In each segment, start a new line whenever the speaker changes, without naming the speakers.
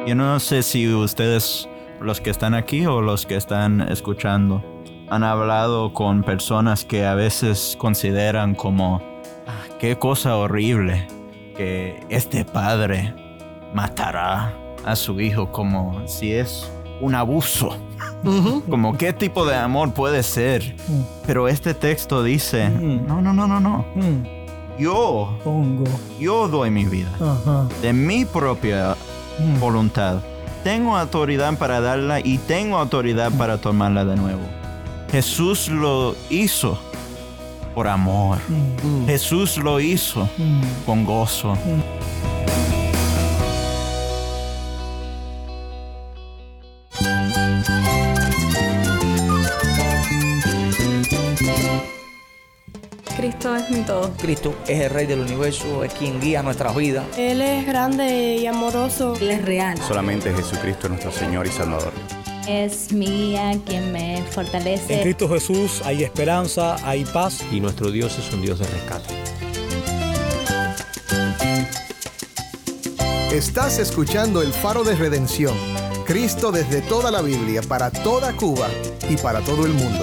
Yo no sé si ustedes, los que están aquí o los que están escuchando, han hablado con personas que a veces consideran como, qué cosa horrible que este padre matará a su hijo, como si es un abuso. Como qué tipo de amor puede ser. Pero este texto dice, no. Yo doy mi vida de mi propia voluntad. Tengo autoridad para darla y tengo autoridad para tomarla de nuevo. Jesús lo hizo por amor. Jesús lo hizo con gozo.
Cristo es mi todo.
Cristo es el Rey del universo, es quien guía nuestras vidas.
Él es grande y amoroso.
Él es real.
Solamente Jesucristo es nuestro Señor y Salvador.
Es mía quien me fortalece.
En Cristo Jesús hay esperanza, hay paz.
Y nuestro Dios es un Dios de rescate.
Estás escuchando El Faro de Redención. Cristo desde toda la Biblia, para toda Cuba y para todo el mundo.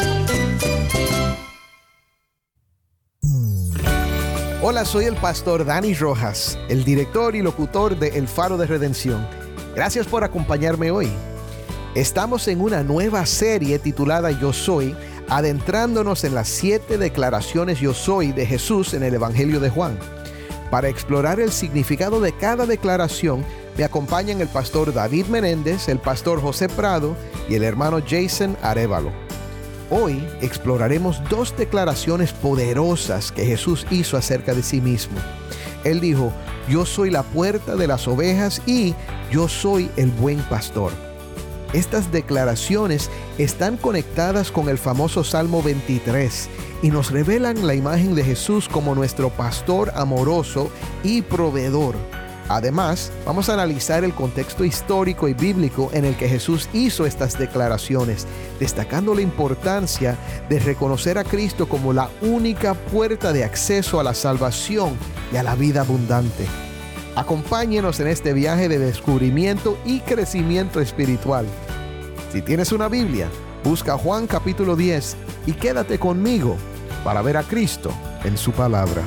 Hola, soy el pastor Dani Rojas, el director y locutor de El Faro de Redención. Gracias por acompañarme hoy. Estamos en una nueva serie titulada Yo Soy, adentrándonos en las 7 declaraciones Yo Soy de Jesús en el Evangelio de Juan. Para explorar el significado de cada declaración, me acompañan el pastor David Menéndez, el pastor José Prado y el hermano Jason Arévalo. Hoy exploraremos 2 declaraciones poderosas que Jesús hizo acerca de sí mismo. Él dijo, yo soy la puerta de las ovejas y yo soy el buen pastor. Estas declaraciones están conectadas con el famoso Salmo 23 y nos revelan la imagen de Jesús como nuestro pastor amoroso y proveedor. Además, vamos a analizar el contexto histórico y bíblico en el que Jesús hizo estas declaraciones, destacando la importancia de reconocer a Cristo como la única puerta de acceso a la salvación y a la vida abundante. Acompáñenos en este viaje de descubrimiento y crecimiento espiritual. Si tienes una Biblia, busca Juan capítulo 10 y quédate conmigo para ver a Cristo en su palabra.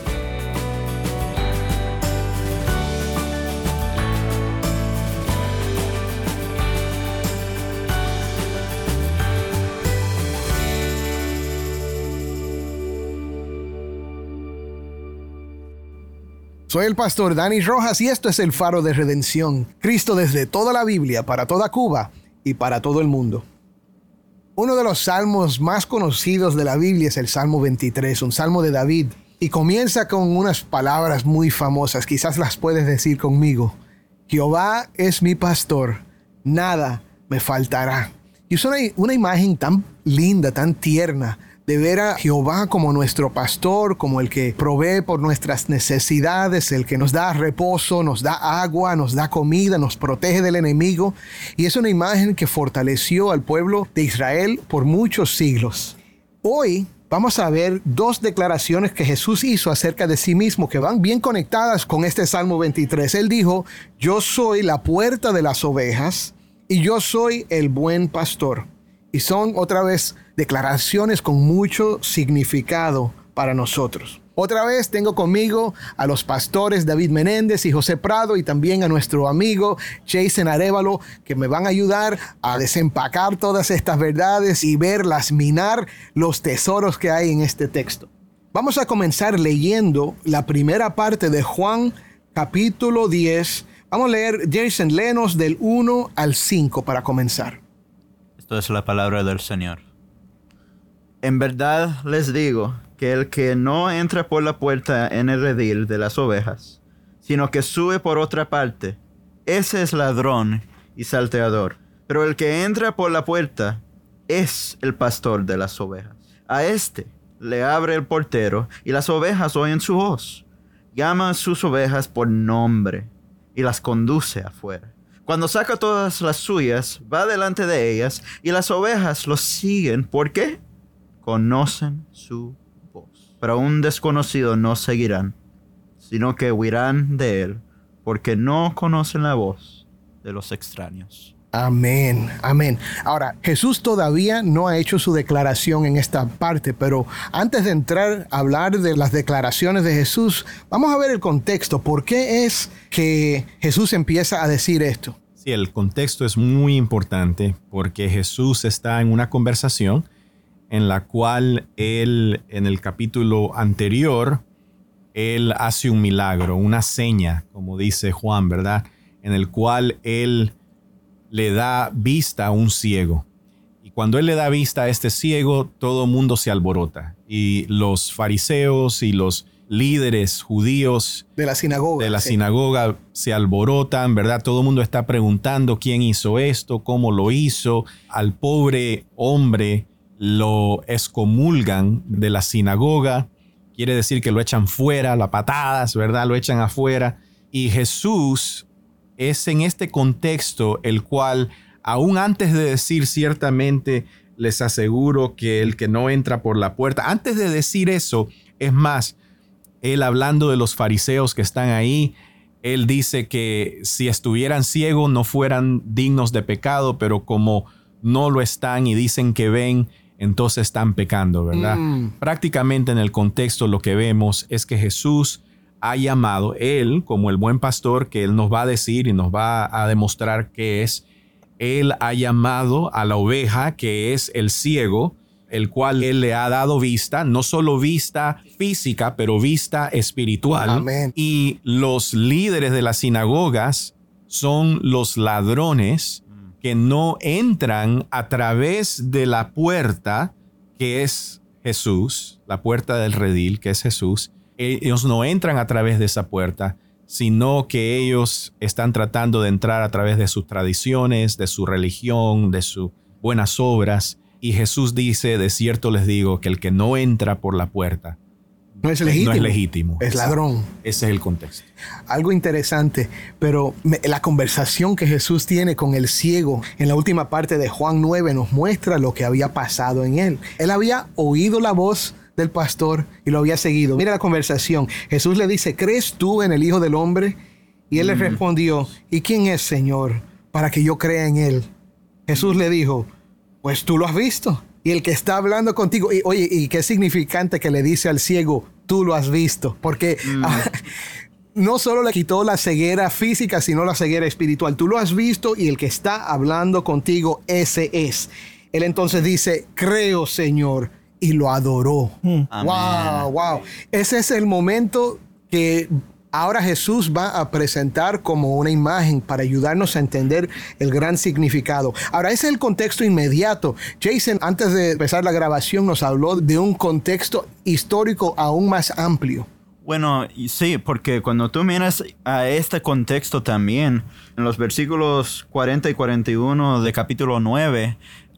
Soy el pastor Dani Rojas y esto es El Faro de Redención. Cristo desde toda la Biblia, para toda Cuba y para todo el mundo. Uno de los salmos más conocidos de la Biblia es el Salmo 23, un salmo de David. Y comienza con unas palabras muy famosas, quizás las puedes decir conmigo. Jehová es mi pastor, nada me faltará. Y es una imagen tan linda, tan tierna, de ver a Jehová como nuestro pastor, como el que provee por nuestras necesidades, el que nos da reposo, nos da agua, nos da comida, nos protege del enemigo. Y es una imagen que fortaleció al pueblo de Israel por muchos siglos. Hoy vamos a ver 2 declaraciones que Jesús hizo acerca de sí mismo que van bien conectadas con este Salmo 23. Él dijo, yo soy la puerta de las ovejas y yo soy el buen pastor. Y son otra vez declaraciones con mucho significado para nosotros. Otra vez tengo conmigo a los pastores David Menéndez y José Prado y también a nuestro amigo Jason Arévalo, que me van a ayudar a desempacar todas estas verdades y verlas, minar los tesoros que hay en este texto. Vamos a comenzar leyendo la primera parte de Juan capítulo 10. Vamos a leer, Jason, léenos del 1 al 5 para comenzar.
Esto es la palabra del Señor. En verdad les digo que el que no entra por la puerta en el redil de las ovejas, sino que sube por otra parte, ese es ladrón y salteador. Pero el que entra por la puerta es el pastor de las ovejas. A este le abre el portero y las ovejas oyen su voz. Llama a sus ovejas por nombre y las conduce afuera. Cuando saca todas las suyas, va delante de ellas y las ovejas lo siguen. ¿Por qué? Conocen su voz. Pero un desconocido no seguirán, sino que huirán de él, porque no conocen la voz de los extraños.
Amén, amén. Ahora, Jesús todavía no ha hecho su declaración en esta parte, pero antes de entrar a hablar de las declaraciones de Jesús, vamos a ver el contexto. ¿Por qué es que Jesús empieza a decir esto?
Sí, el contexto es muy importante porque Jesús está en una conversación en la cual él, en el capítulo anterior, él hace un milagro, una seña, como dice Juan, ¿verdad? En el cual él le da vista a un ciego. Y cuando él le da vista a este ciego, todo el mundo se alborota. Y los fariseos y los líderes judíos
de la sinagoga
se alborotan, ¿verdad? Todo el mundo está preguntando quién hizo esto, cómo lo hizo. Al pobre hombre lo excomulgan de la sinagoga. Quiere decir que lo echan fuera, las patadas, ¿verdad? Lo echan afuera. Y Jesús es en este contexto el cual, aún antes de decir ciertamente, les aseguro que el que no entra por la puerta, antes de decir eso, es más, él hablando de los fariseos que están ahí, él dice que si estuvieran ciegos no fueran dignos de pecado, pero como no lo están y dicen que ven, entonces están pecando, ¿verdad? Prácticamente en el contexto lo que vemos es que Jesús ha llamado, él como el buen pastor que él nos va a decir y nos va a demostrar que es, él ha llamado a la oveja que es el ciego, el cual él le ha dado vista, no solo vista física, pero vista espiritual.
Amén.
Y los líderes de las sinagogas son los ladrones que no entran a través de la puerta que es Jesús, la puerta del redil que es Jesús. Ellos no entran a través de esa puerta, sino que ellos están tratando de entrar a través de sus tradiciones, de su religión, de sus buenas obras. Y Jesús dice, de cierto les digo, que el que no entra por la puerta
no es legítimo.
Es
ladrón.
Ese es el contexto.
Algo interesante, pero la conversación que Jesús tiene con el ciego en la última parte de Juan 9 nos muestra lo que había pasado en él. Él había oído la voz del pastor y lo había seguido. Mira la conversación. Jesús le dice, ¿crees tú en el Hijo del Hombre? Y él le respondió, ¿y quién es, Señor, para que yo crea en él? Jesús le dijo, pues tú lo has visto. Y el que está hablando contigo, y, oye, y qué significante que le dice al ciego, tú lo has visto. Porque no solo le quitó la ceguera física, sino la ceguera espiritual. Tú lo has visto y el que está hablando contigo, ese es. Él entonces dice, creo, Señor. Y lo adoró. Wow. Ese es el momento que ahora Jesús va a presentar como una imagen para ayudarnos a entender el gran significado. Ahora, ese es el contexto inmediato. Jason, antes de empezar la grabación, nos habló de un contexto histórico aún más amplio.
Bueno, sí, porque cuando tú miras a este contexto también, en los versículos 40 y 41 de capítulo 9,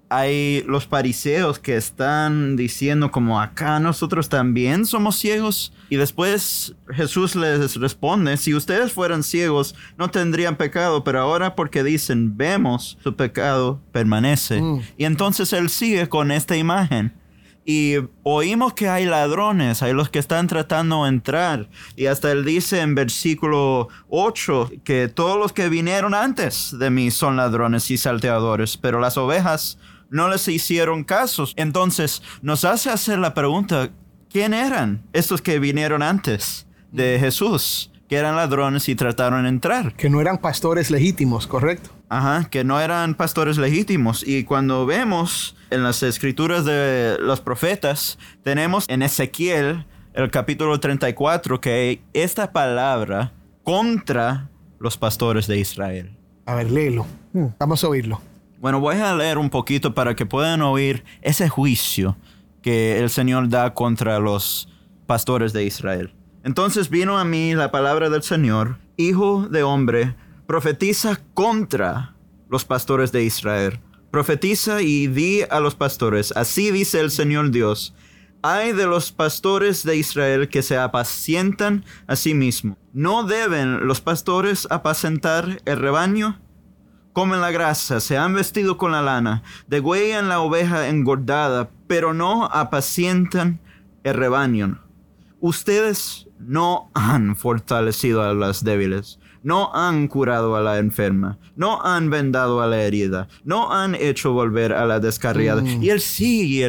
hay los fariseos que están diciendo como acá nosotros también somos ciegos. Y después Jesús les responde, si ustedes fueran ciegos no tendrían pecado, pero ahora porque dicen vemos, su pecado permanece. Y entonces él sigue con esta imagen. Y oímos que hay ladrones, hay los que están tratando de entrar. Y hasta él dice en versículo 8 que todos los que vinieron antes de mí son ladrones y salteadores, pero las ovejas no les hicieron caso. Entonces nos hace hacer la pregunta, ¿quién eran estos que vinieron antes de Jesús? Que eran ladrones y trataron de entrar.
Que no eran pastores legítimos, ¿correcto?
Ajá, que no eran pastores legítimos. Y cuando vemos en las escrituras de los profetas, tenemos en Ezequiel, el capítulo 34, que hay esta palabra contra los pastores de Israel.
A ver, léelo. Vamos a oírlo.
Bueno, voy a leer un poquito para que puedan oír ese juicio que el Señor da contra los pastores de Israel. Entonces vino a mí la palabra del Señor, hijo de hombre, profetiza contra los pastores de Israel. Profetiza y di a los pastores, así dice el Señor Dios, ay de los pastores de Israel que se apacientan a sí mismos. ¿No deben los pastores apacentar el rebaño? Comen la grasa, se han vestido con la lana, degüellan la oveja engordada, pero no apacientan el rebaño. Ustedes no han fortalecido a las débiles, No han curado a la enferma, no han vendado a la herida, no han hecho volver a la descarriada. Y él sigue,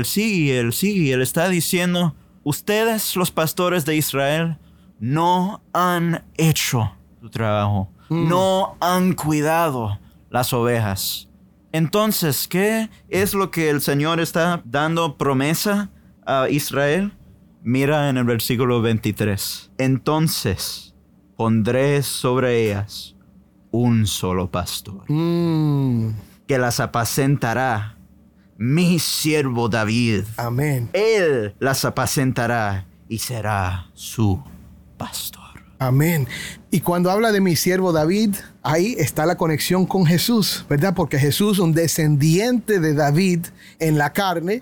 él está diciendo, ustedes los pastores de Israel no han hecho su trabajo, no han cuidado las ovejas. Entonces, ¿qué es lo que el Señor está dando promesa a Israel? Mira en el versículo 23. Entonces pondré sobre ellas un solo pastor, que las apacentará, mi siervo David.
Amén.
Él las apacentará y será su pastor.
Amén. Y cuando habla de mi siervo David, ahí está la conexión con Jesús, ¿verdad? Porque Jesús, un descendiente de David en la carne,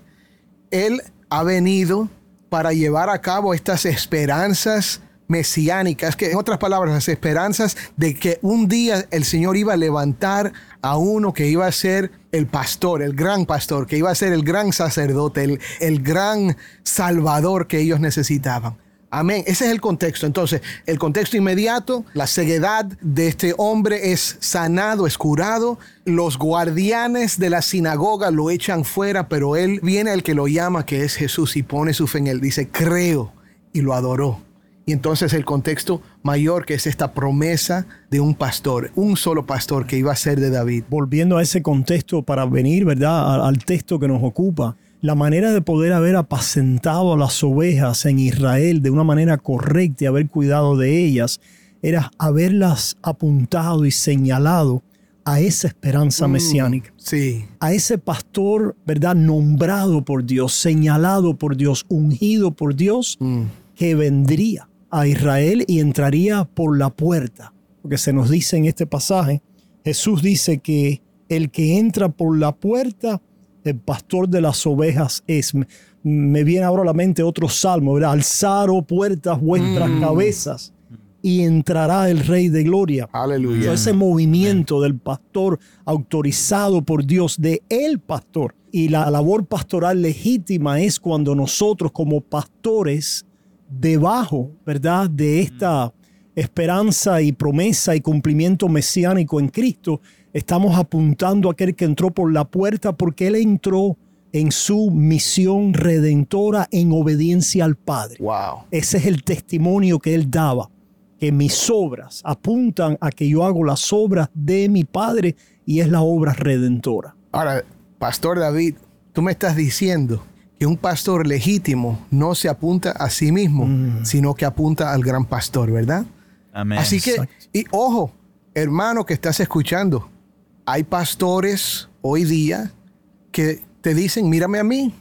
él ha venido para llevar a cabo estas esperanzas mesiánicas, que en otras palabras, las esperanzas de que un día el Señor iba a levantar a uno que iba a ser el pastor, el gran pastor, que iba a ser el gran sacerdote, el gran salvador que ellos necesitaban. Amén. Ese es el contexto. Entonces, el contexto inmediato, la ceguedad de este hombre es sanado, es curado. Los guardianes de la sinagoga lo echan fuera, pero él viene el que lo llama, que es Jesús, y pone su fe en él. Dice, creo, y lo adoró. Y entonces el contexto mayor, que es esta promesa de un pastor, un solo pastor que iba a ser de David.
Volviendo a ese contexto para venir, ¿verdad?, al texto que nos ocupa. La manera de poder haber apacentado a las ovejas en Israel de una manera correcta y haber cuidado de ellas era haberlas apuntado y señalado a esa esperanza mesiánica.
Sí.
A ese pastor, ¿verdad?, nombrado por Dios, señalado por Dios, ungido por Dios, que vendría a Israel y entraría por la puerta. Porque se nos dice en este pasaje, Jesús dice que el que entra por la puerta, el pastor de las ovejas es. Me viene ahora a la mente otro salmo, ¿verdad? Alzar, oh puertas, vuestras cabezas, y entrará el Rey de Gloria.
Aleluya.
Ese movimiento del pastor autorizado por Dios, de el pastor. Y la labor pastoral legítima es cuando nosotros como pastores, debajo, ¿verdad?, de esta esperanza y promesa y cumplimiento mesiánico en Cristo, estamos apuntando a aquel que entró por la puerta, porque él entró en su misión redentora en obediencia al Padre.
Wow.
Ese es el testimonio que él daba, que mis obras apuntan a que yo hago las obras de mi Padre, y es la obra redentora.
Ahora, Pastor David, tú me estás diciendo que un pastor legítimo no se apunta a sí mismo, sino que apunta al gran pastor, ¿verdad?
Amén.
Así que,
Exacto.
y ojo, hermano que estás escuchando, hay pastores hoy día que te dicen, mírame a mí.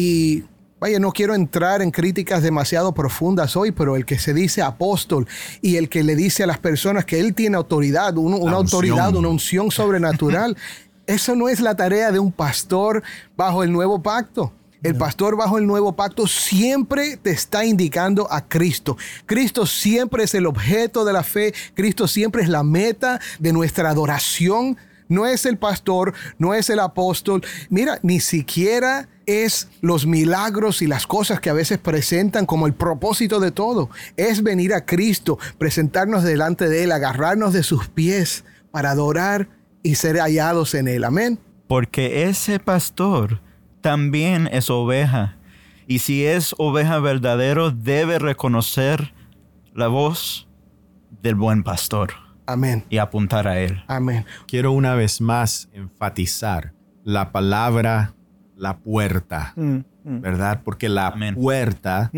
Y vaya, no quiero entrar en críticas demasiado profundas hoy, pero el que se dice apóstol y el que le dice a las personas que él tiene autoridad, una autoridad, una unción sobrenatural, eso no es la tarea de un pastor bajo el nuevo pacto. El pastor bajo el nuevo pacto siempre te está indicando a Cristo. Cristo siempre es el objeto de la fe. Cristo siempre es la meta de nuestra adoración. No es el pastor, no es el apóstol. Mira, ni siquiera es los milagros y las cosas que a veces presentan como el propósito de todo. Es venir a Cristo, presentarnos delante de Él, agarrarnos de sus pies para adorar y ser hallados en Él. Amén.
Porque ese pastor también es oveja. Y si es oveja verdadero, debe reconocer la voz del buen pastor.
Amén.
Y apuntar a él.
Amén.
Quiero una vez más enfatizar la palabra, la puerta, ¿verdad? Porque la puerta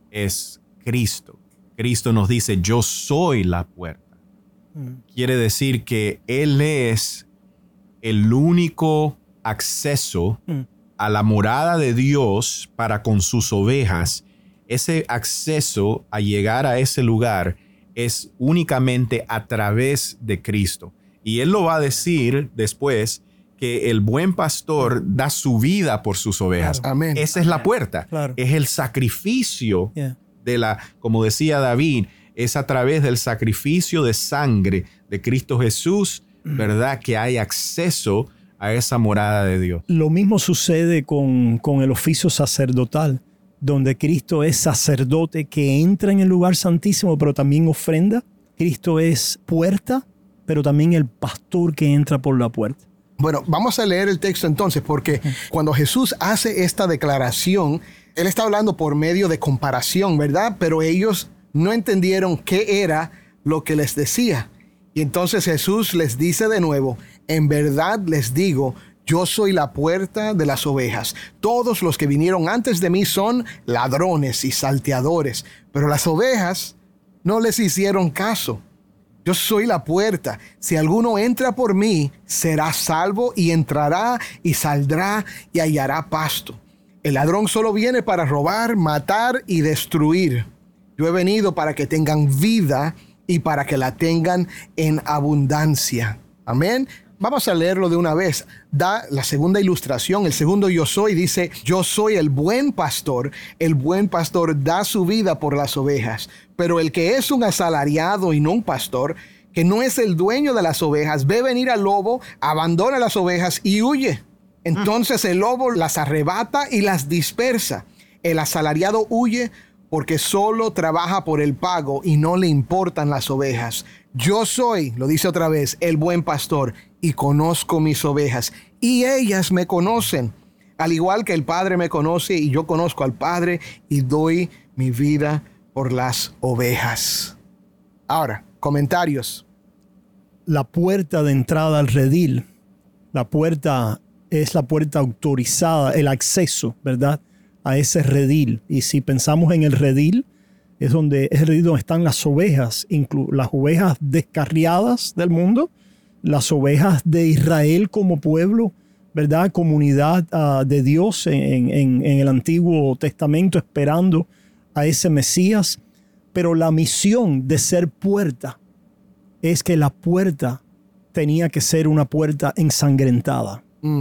es Cristo. Cristo nos dice, yo soy la puerta. Quiere decir que Él es el único acceso a la morada de Dios para con sus ovejas. Ese acceso a llegar a ese lugar es únicamente a través de Cristo. Y Él lo va a decir después, que el buen pastor da su vida por sus ovejas.
Claro. Amén.
Esa es la puerta.
Claro.
Es el sacrificio de la, como decía David, es a través del sacrificio de sangre de Cristo Jesús, ¿verdad?, que hay acceso a esa morada de Dios.
Lo mismo sucede con el oficio sacerdotal, donde Cristo es sacerdote que entra en el lugar santísimo, pero también ofrenda Cristo es puerta, pero también el pastor que entra por la puerta.
Bueno, vamos a leer el texto entonces, porque cuando Jesús hace esta declaración, Él está hablando por medio de comparación, ¿verdad? Pero ellos no entendieron qué era lo que les decía. Y entonces Jesús les dice de nuevo, en verdad les digo, yo soy la puerta de las ovejas. Todos los que vinieron antes de mí son ladrones y salteadores, pero las ovejas no les hicieron caso. Yo soy la puerta. Si alguno entra por mí, será salvo y entrará y saldrá y hallará pasto. El ladrón solo viene para robar, matar y destruir. Yo he venido para que tengan vida y para que la tengan en abundancia. Amén. Vamos a leerlo de una vez. Da la segunda ilustración, el segundo yo soy, dice, yo soy el buen pastor da su vida por las ovejas. Pero el que es un asalariado y no un pastor, que no es el dueño de las ovejas, ve venir al lobo, abandona las ovejas y huye. Entonces el lobo las arrebata y las dispersa. El asalariado huye porque solo trabaja por el pago y no le importan las ovejas. Yo soy, lo dice otra vez, el buen pastor y conozco mis ovejas y ellas me conocen. Al igual que el Padre me conoce y yo conozco al Padre y doy mi vida por las ovejas. Ahora, comentarios.
La puerta de entrada al redil, la puerta es la puerta autorizada, el acceso, ¿verdad?, a ese redil. Y si pensamos en el redil, es el redil donde están las ovejas, las ovejas descarriadas del mundo, las ovejas de Israel como pueblo, ¿verdad?, comunidad de Dios en el Antiguo Testamento esperando a ese Mesías. Pero la misión de ser puerta es que la puerta tenía que ser una puerta ensangrentada.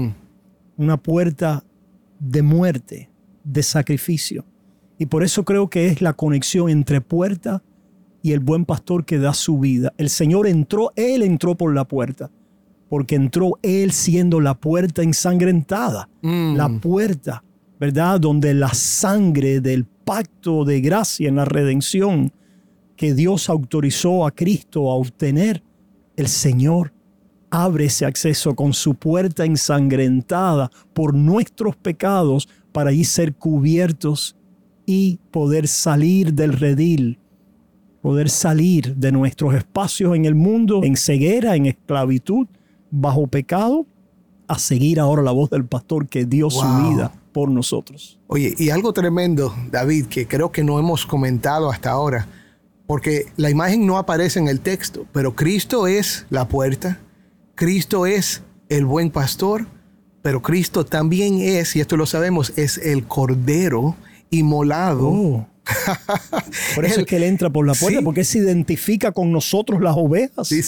Una puerta de muerte, de sacrificio. Y por eso creo que es la conexión entre puerta y el buen pastor que da su vida. El Señor Él entró por la puerta, porque entró Él siendo la puerta ensangrentada. La puerta, ¿verdad?, donde la sangre del pacto de gracia en la redención que Dios autorizó a Cristo a obtener, el Señor abre ese acceso con su puerta ensangrentada por nuestros pecados para ahí ser cubiertos y poder salir del redil, poder salir de nuestros espacios en el mundo, en ceguera, en esclavitud, bajo pecado, a seguir ahora la voz del pastor que dio su vida por nosotros.
Oye, y algo tremendo, David, que creo que no hemos comentado hasta ahora, porque la imagen no aparece en el texto, pero Cristo es la puerta, Cristo es el buen pastor, pero Cristo también es, y esto lo sabemos, es el Cordero inmolado.
Por eso es que Él entra por la puerta, porque Él se identifica con nosotros las ovejas.
Sí.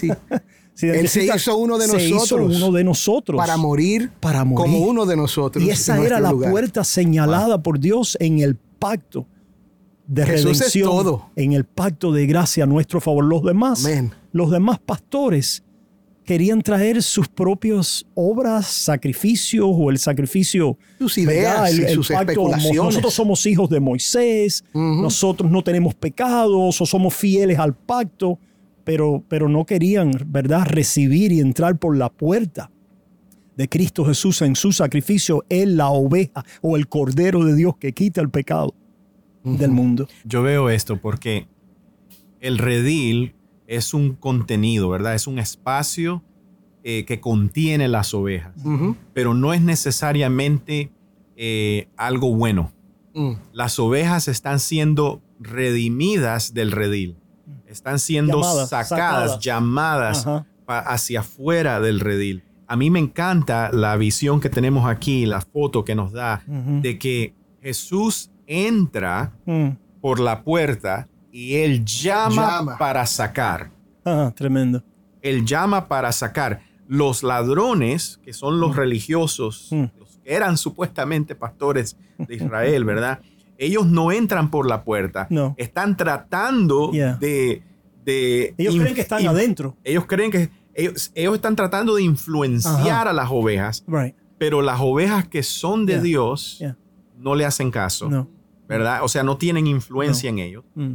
Él se hizo uno de nosotros. Para morir como uno de nosotros.
Y esa era la puerta señalada por Dios en el pacto de
Jesús
redención.
es todo.
En el pacto de gracia a nuestro favor. Los demás pastores querían traer sus propias obras, sacrificios o el sacrificio.
Sus ideas y sus especulaciones.
Nosotros somos hijos de Moisés, nosotros no tenemos pecados o somos fieles al pacto, pero no querían, ¿verdad?, recibir y entrar por la puerta de Cristo Jesús en su sacrificio, Él la oveja o el Cordero de Dios que quita el pecado del mundo.
Yo veo esto porque el redil es un contenido, ¿verdad? Es un espacio que contiene las ovejas, pero no es necesariamente algo bueno. Las ovejas están siendo redimidas del redil. Están siendo sacadas, llamadas hacia afuera del redil. A mí me encanta la visión que tenemos aquí, la foto que nos da de que Jesús entra por la puerta y Él llama para sacar.
Tremendo.
Él llama para sacar. Los ladrones, que son los religiosos, los que eran supuestamente pastores de Israel, ¿verdad? Ellos no entran por la puerta.
No.
Están tratando de
ellos creen que están adentro.
Ellos creen que ellos están tratando de influenciar a las ovejas. Pero las ovejas que son de Dios no le hacen caso. ¿Verdad? O sea, no tienen influencia en ellos.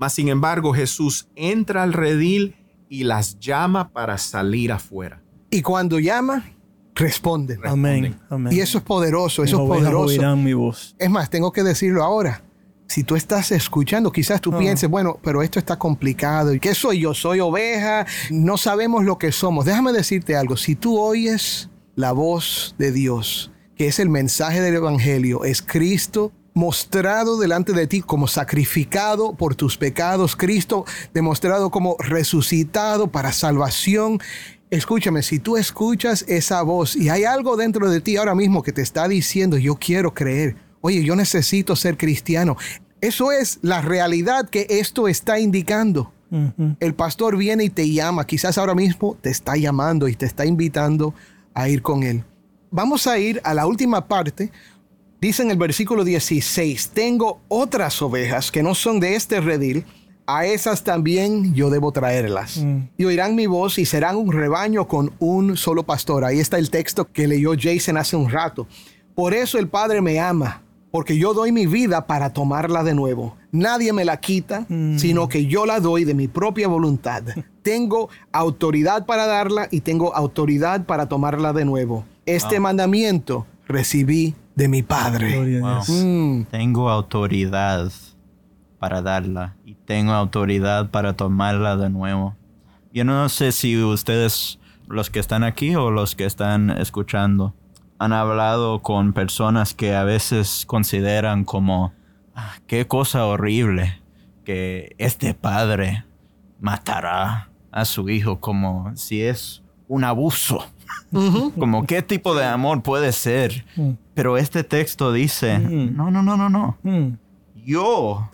Mas sin embargo, Jesús entra al redil y las llama para salir afuera.
Y cuando llama, responden.
Amén. Amén.
Y eso es poderoso, eso
Mis
es
ovejas
poderoso.
oirán mi voz.
Es más, tengo que decirlo ahora. Si tú estás escuchando, quizás tú pienses, bueno, pero esto está complicado. ¿Y qué soy yo? Soy oveja. No sabemos lo que somos. Déjame decirte algo. Si tú oyes la voz de Dios, que es el mensaje del Evangelio, es Cristo mostrado delante de ti como sacrificado por tus pecados, Cristo demostrado como resucitado para salvación. Escúchame, si tú escuchas esa voz y hay algo dentro de ti ahora mismo que te está diciendo, yo quiero creer, oye, yo necesito ser cristiano. Eso es la realidad que esto está indicando. Uh-huh. El pastor viene y te llama, quizás ahora mismo te está llamando y te está invitando a ir con él. Vamos a ir a la última parte. Dice en el versículo 16, tengo otras ovejas que no son de este redil, a esas también yo debo traerlas. Y oirán mi voz y serán un rebaño con un solo pastor. Ahí está el texto que leyó Jason hace un rato. Por eso el Padre me ama, porque yo doy mi vida para tomarla de nuevo. Nadie me la quita, sino que yo la doy de mi propia voluntad. Tengo autoridad para darla y tengo autoridad para tomarla de nuevo. Este mandamiento recibí de mi Padre.
Wow. Tengo autoridad para darla y tengo autoridad para tomarla de nuevo. Yo no sé si ustedes, los que están aquí o los que están escuchando, han hablado con personas que a veces consideran como, qué cosa horrible que este padre matará a su hijo, como si es un abuso. Uh-huh. Como qué tipo de amor puede ser. Pero este texto dice, no. Yo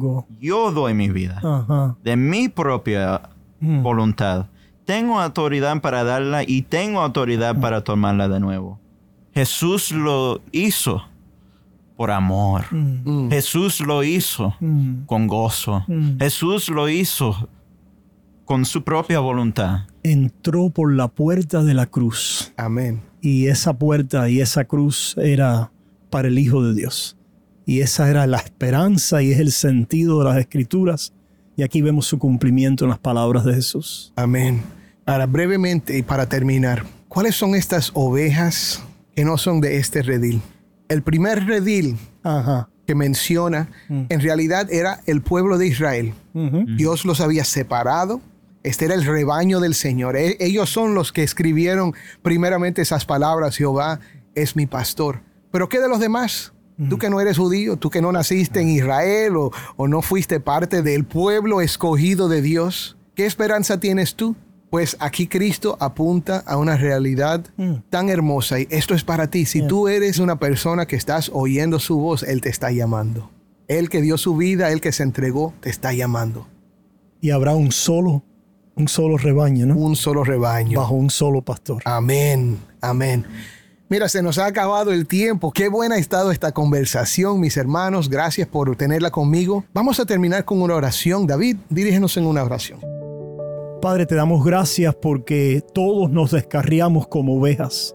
doy mi vida de mi propia voluntad. Tengo autoridad para darla y tengo autoridad para tomarla de nuevo. Jesús lo hizo por amor. Jesús lo hizo con gozo. Jesús lo hizo con su propia voluntad.
Entró por la puerta de la cruz.
Amén.
Y esa puerta y esa cruz era para el Hijo de Dios. Y esa era la esperanza y es el sentido de las Escrituras. Y aquí vemos su cumplimiento en las palabras de Jesús.
Amén. Ahora, brevemente y para terminar, ¿cuáles son estas ovejas que no son de este redil? El primer redil que menciona, en realidad era el pueblo de Israel. Dios los había separado. Este era el rebaño del Señor. Ellos son los que escribieron primeramente esas palabras, Jehová es mi pastor. ¿Pero qué de los demás? Tú que no eres judío, tú que no naciste en Israel o no fuiste parte del pueblo escogido de Dios, ¿qué esperanza tienes tú? Pues aquí Cristo apunta a una realidad tan hermosa y esto es para ti. Si tú eres una persona que estás oyendo su voz, Él te está llamando. Él que dio su vida, Él que se entregó, te está llamando.
Y habrá un solo rebaño, ¿no?
Un solo rebaño.
Bajo un solo pastor.
Amén, amén. Mira, se nos ha acabado el tiempo. Qué buena ha estado esta conversación, mis hermanos. Gracias por tenerla conmigo. Vamos a terminar con una oración. David, dirígenos en una oración.
Padre, te damos gracias porque todos nos descarriamos como ovejas.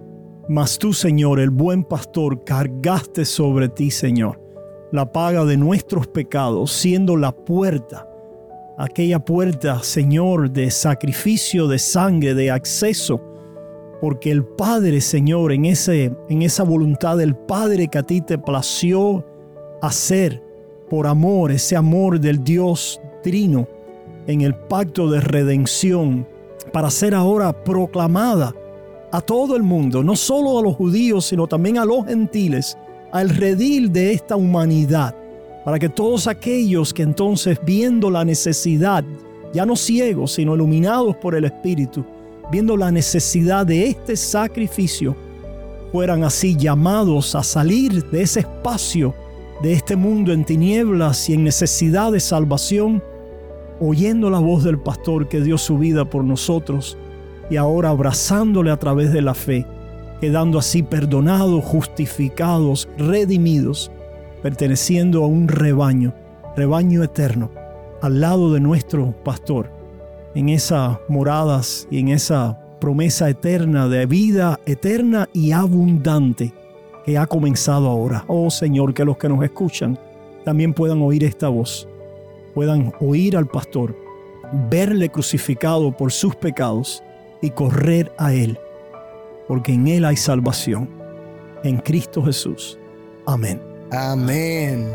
Mas tú, Señor, el buen pastor, cargaste sobre ti, Señor, la paga de nuestros pecados, siendo la puerta, aquella puerta, Señor, de sacrificio, de sangre, de acceso. Porque el Padre, Señor, en esa voluntad del Padre que a ti te plació hacer por amor, ese amor del Dios Trino, en el pacto de redención, para ser ahora proclamada a todo el mundo, no solo a los judíos, sino también a los gentiles, al redil de esta humanidad, para que todos aquellos que entonces, viendo la necesidad, ya no ciegos, sino iluminados por el Espíritu, viendo la necesidad de este sacrificio, fueran así llamados a salir de ese espacio, de este mundo en tinieblas y en necesidad de salvación, oyendo la voz del pastor que dio su vida por nosotros y ahora abrazándole a través de la fe, quedando así perdonados, justificados, redimidos, perteneciendo a un rebaño eterno, al lado de nuestro pastor, en esas moradas y en esa promesa eterna de vida eterna y abundante que ha comenzado ahora. Oh Señor, que los que nos escuchan también puedan oír esta voz. puedan oír al pastor, verle crucificado por sus pecados y correr a Él, porque en Él hay salvación, en Cristo Jesús. Amén.
Amén.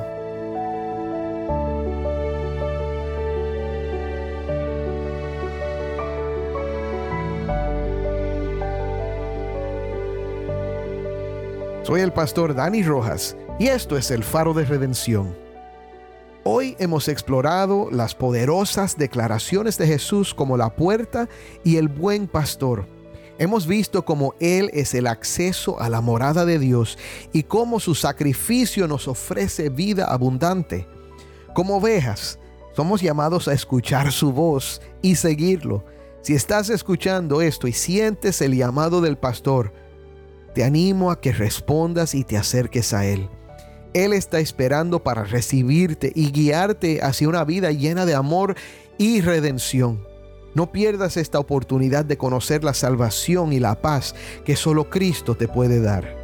Soy el pastor Dani Rojas y esto es el Faro de Redención. Hoy hemos explorado las poderosas declaraciones de Jesús como la puerta y el buen pastor. Hemos visto cómo Él es el acceso a la morada de Dios y cómo su sacrificio nos ofrece vida abundante. Como ovejas, somos llamados a escuchar su voz y seguirlo. Si estás escuchando esto y sientes el llamado del pastor, te animo a que respondas y te acerques a Él. Él está esperando para recibirte y guiarte hacia una vida llena de amor y redención. No pierdas esta oportunidad de conocer la salvación y la paz que solo Cristo te puede dar.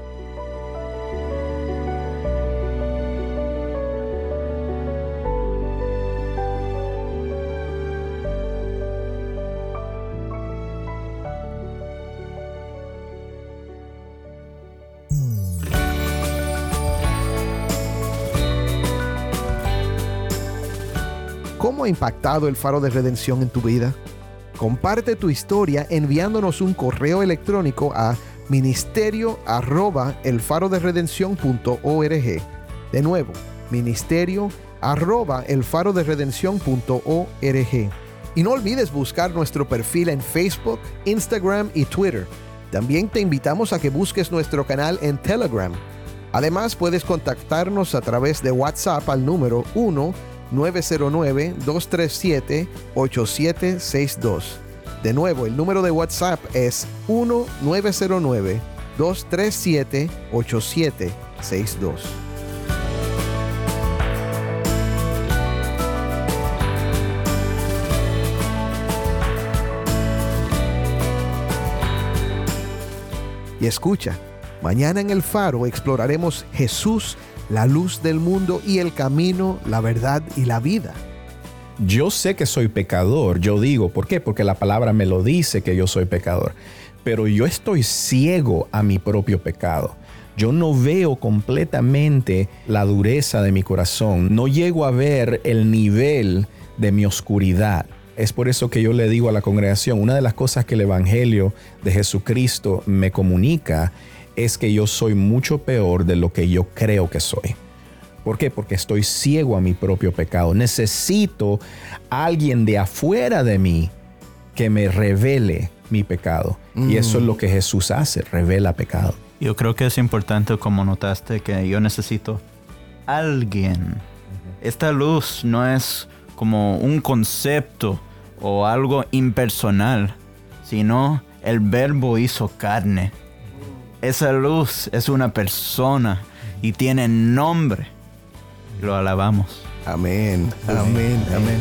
¿Cómo ha impactado el Faro de Redención en tu vida? Comparte tu historia enviándonos un correo electrónico a ministerio@elfaroderedencion.org. De nuevo, ministerio@elfaroderedencion.org. Y no olvides buscar nuestro perfil en Facebook, Instagram y Twitter. También te invitamos a que busques nuestro canal en Telegram. Además, puedes contactarnos a través de WhatsApp al número 1-909-237-8762. De nuevo, el número de WhatsApp es 1-909-237-8762. Y escucha, mañana en El Faro exploraremos Jesús, la luz del mundo y el camino, la verdad y la vida.
Yo sé que soy pecador, yo digo, ¿por qué? Porque la palabra me lo dice que yo soy pecador, pero yo estoy ciego a mi propio pecado. Yo no veo completamente la dureza de mi corazón, no llego a ver el nivel de mi oscuridad. Es por eso que yo le digo a la congregación, una de las cosas que el Evangelio de Jesucristo me comunica es que yo soy mucho peor de lo que yo creo que soy. ¿Por qué? Porque estoy ciego a mi propio pecado. Necesito a alguien de afuera de mí que me revele mi pecado. Y eso es lo que Jesús hace, revela pecado.
Yo creo que es importante, como notaste, que yo necesito alguien. Esta luz no es como un concepto o algo impersonal, sino el Verbo hizo carne. Esa luz es una persona y tiene nombre. Lo alabamos.
Amén, amén, amén.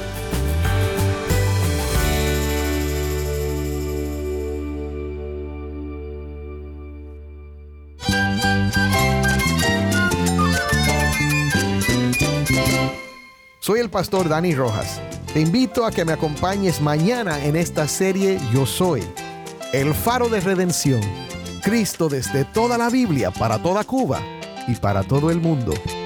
Soy el pastor Dani Rojas. Te invito a que me acompañes mañana en esta serie Yo Soy, el Faro de Redención. Cristo desde toda la Biblia, para toda Cuba y para todo el mundo.